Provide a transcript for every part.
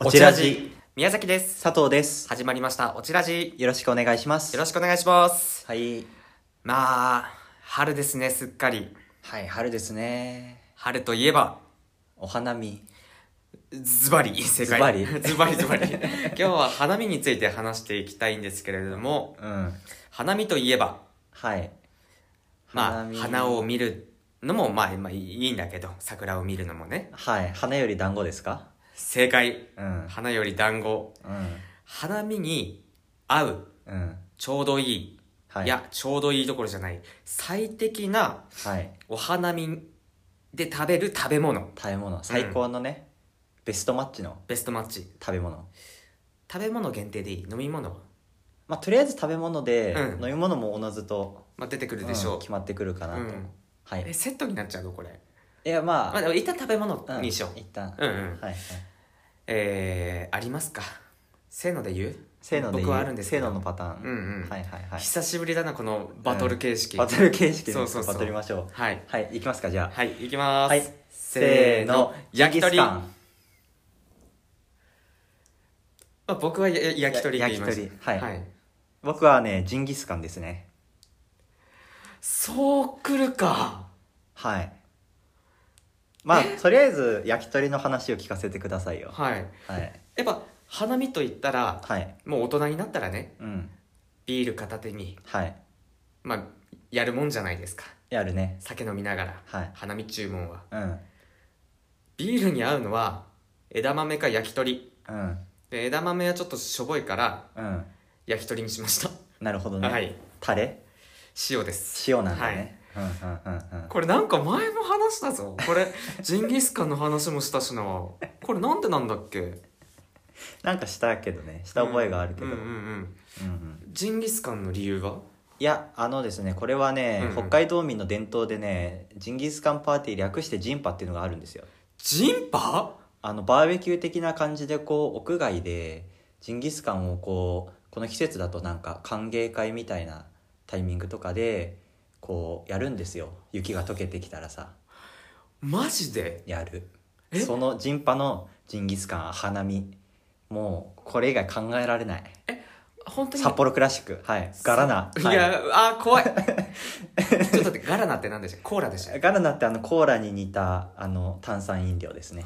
おちらじ宮崎です。 佐藤です。 始まりましたおちらじ。 よろしくお願いします。 よろしくお願いします。 はい。 まあ春ですね、すっかり。 はい、春ですね。 春といえばお花見。 ズバリ正解。 ズバリズバリズバリ今日は花見について話していきたいんですけれども、花見といえば、 はい。 まあ花を見るのもまあいいんだけど、桜を見るのもね。 はい。花より団子ですか？ 正解。 花より団子。花見に合う、ちょうどいい、いやちょうどいいどころじゃない、最適なお花見で食べる食べ物。 最高のね、ベストマッチのベストマッチ。 食べ物限定でいい？飲み物はまあとりあえず食べ物で、飲み物もおのずと、 出てくるでしょう。 決まってくるかなと。はい。 セットになっちゃうのこれ？ いやまあでも一旦食べ物にしよう。 一旦はい。 ありますか？せーので言う？ せーので言う。 僕はあるんですけど。 せーののパターン。はい。 久しぶりだなこのバトル形式。 バトル形式でバトりましょう。はい。いきますかじゃあ。 はい、いきます。 はい。せーの。 焼き鳥。僕は焼き鳥って言いました。 はい。僕はね、ジンギスカンですね。 そうくるか。 はい。まあとりあえず焼き鳥の話を聞かせてくださいよ。 はい。やっぱ花見と言ったら、もう大人になったらね、ビール片手に、まあやるもんじゃないですか。 やるね。 酒飲みながら、花見注文は。ビールに合うのは枝豆か焼き鳥。で枝豆はちょっとしょぼいから、焼き鳥にしました。 なるほどね。タレ？ 塩です。 塩なんだね。 これなんか前も話したぞ。これジンギスカンの話もしたしな。これなんでなんだっけ？ なんかしたけどね、した覚えがあるけど。 ジンギスカンの理由は？ いやですね、これはね、北海道民の伝統でね、ジンギスカンパーティー略してジンパっていうのがあるんですよ。 ジンパ？ バーベキュー的な感じでこう屋外でジンギスカンをこの季節だとなんか歓迎会みたいなタイミングとかでこうやるんですよ。雪が溶けてきたらさ。 マジで？ やる。そのジンパのジンギスカン花見、もうこれ以外考えられない。 本当に？ 札幌クラシック。ガラナ。 いや怖いちょっと待って、ガラナって何でした？コーラでした？ ガラナってコーラに似た炭酸飲料ですね。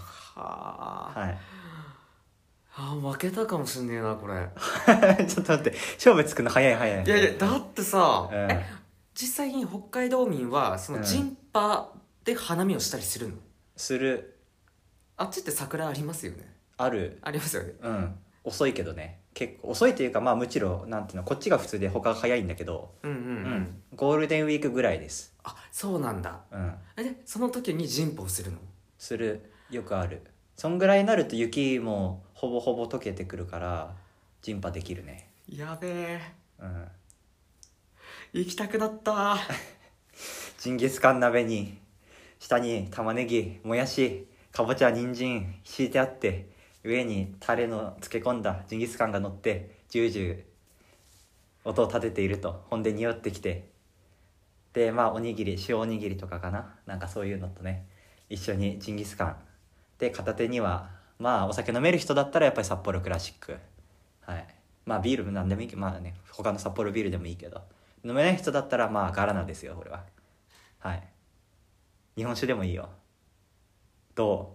負けたかもしんねえなこれちょっと待って、勝負つくの早い。 いやだってさ、実際に北海道民はそのジンパで花見をしたりするの？ する。 あっちって桜ありますよね？ ありますよね。 遅いけどね、結構遅いというか、まあむしろなんていうの、こっちが普通で他が早いんだけど、ゴールデンウィークぐらいです。 そうなんだ。でその時にジンパをするの？する。よくある。そんぐらいになると雪もほぼほぼ溶けてくるからジンパできるね。 やべえ、行きたくなったジンギスカン鍋に下に玉ねぎ、もやし、かぼちゃ、人参敷いてあって、上にタレの漬け込んだジンギスカンが乗ってジュージュー音を立てていると、ほんで匂ってきて、でまあおにぎり、塩おにぎりとかかな、なんかそういうのとね一緒にジンギスカンで、片手にはまあお酒飲める人だったらやっぱり札幌クラシック。まあビールなんでもいいけど、まあね他の札幌ビールでもいいけど、飲めない人だったらまあガラナですよこれは。日本酒でもいいよ。ど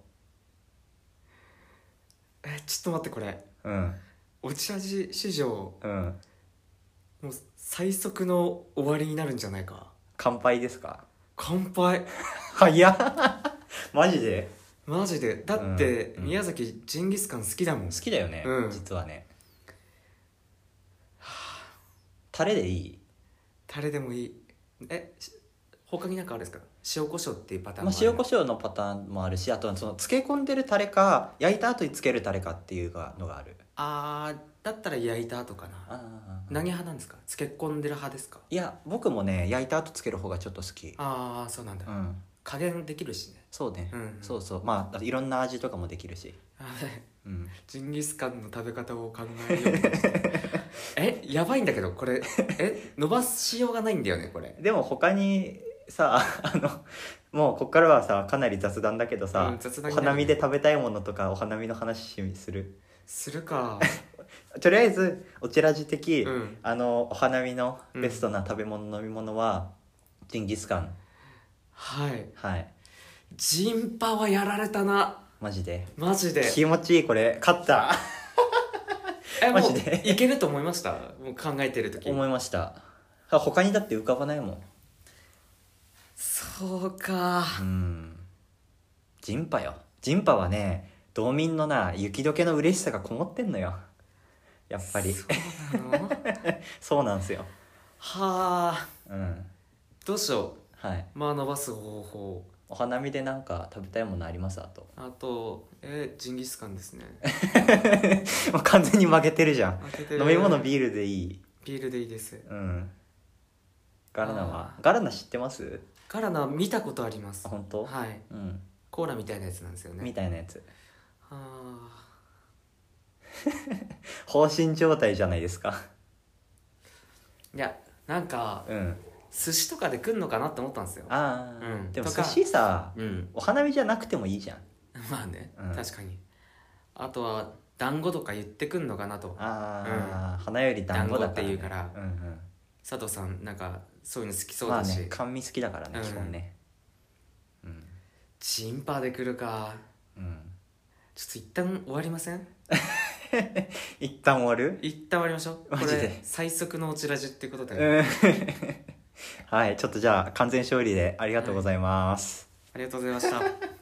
う？ちょっと待って、これおちらじ史上もう最速の終わりになるんじゃないか。 乾杯ですか？ 乾杯早っマジでだって、宮崎ジンギスカン好きだもん。 好きだよね、実はね。タレでいい？ タレでもいい。他に何かあるんですか？塩コショウっていうパターンもある。 塩コショウのパターンもあるし、あとその漬け込んでるタレか焼いた後につけるタレかっていうのがある。 だったら焼いた後かな。何派なんですか？漬け込んでる派ですか？ いや僕もね焼いた後つける方がちょっと好き。 そうなんだ。加減できるしね。 そうね、そうまあいろんな味とかもできるし。 ジンギスカンの食べ方を考えようやばいんだけどこれ伸ばしようがないんだよねこれ。 でも他にさもうこっからはさかなり雑談だけどさ、お花見で食べたいものとかお花見の話する？ するか。 とりあえずオチラジ的、 うん、 お花見のベストな食べ物、飲み物はジンギスカン。 はい。 はい。 ジンパはやられたな。 マジでマジで気持ちいい。これ勝った。マジでもういけると思いました。もう考えてる時思いました。他にだって浮かばないもん。 そうか。 ジンパよ。ジンパはね、道民のな雪解けの嬉しさがこもってんのよ、やっぱり。 そうなのそうなんですよ。 はあ、どうしよう。はい。 まあ伸ばす方法。 お花見でなんか食べたいものあります？あとジンギスカンですね。 もう完全に負けてるじゃん。 負けてる。 飲み物ビールでいい。 ビールでいいです。 ガラナ知ってます？ ガラナ見たことあります。 本当？ はい。コーラみたいなやつなんですよね。 みたいなやつ。 はあ。 放心状態じゃないですか。 いや、なんか、寿司とかで来んのかなって思ったんですよ。 でも寿司さ、お花見じゃなくてもいいじゃん。 まあね、確かに。あとは団子とか言ってくんのかなと。 花より団子だから、ね、 団子って言うから、佐藤さんなんかそういうの好きそうだし。 まあね、甘味好きだからね、基本ね。 ジンパで来るか。ちょっと一旦終わりません？ 一旦終わる？ 一旦終わりましょう。 マジで。 これ最速のオチラジってことで。 はい、ちょっとじゃあ完全勝利でありがとうございます。 ありがとうございました。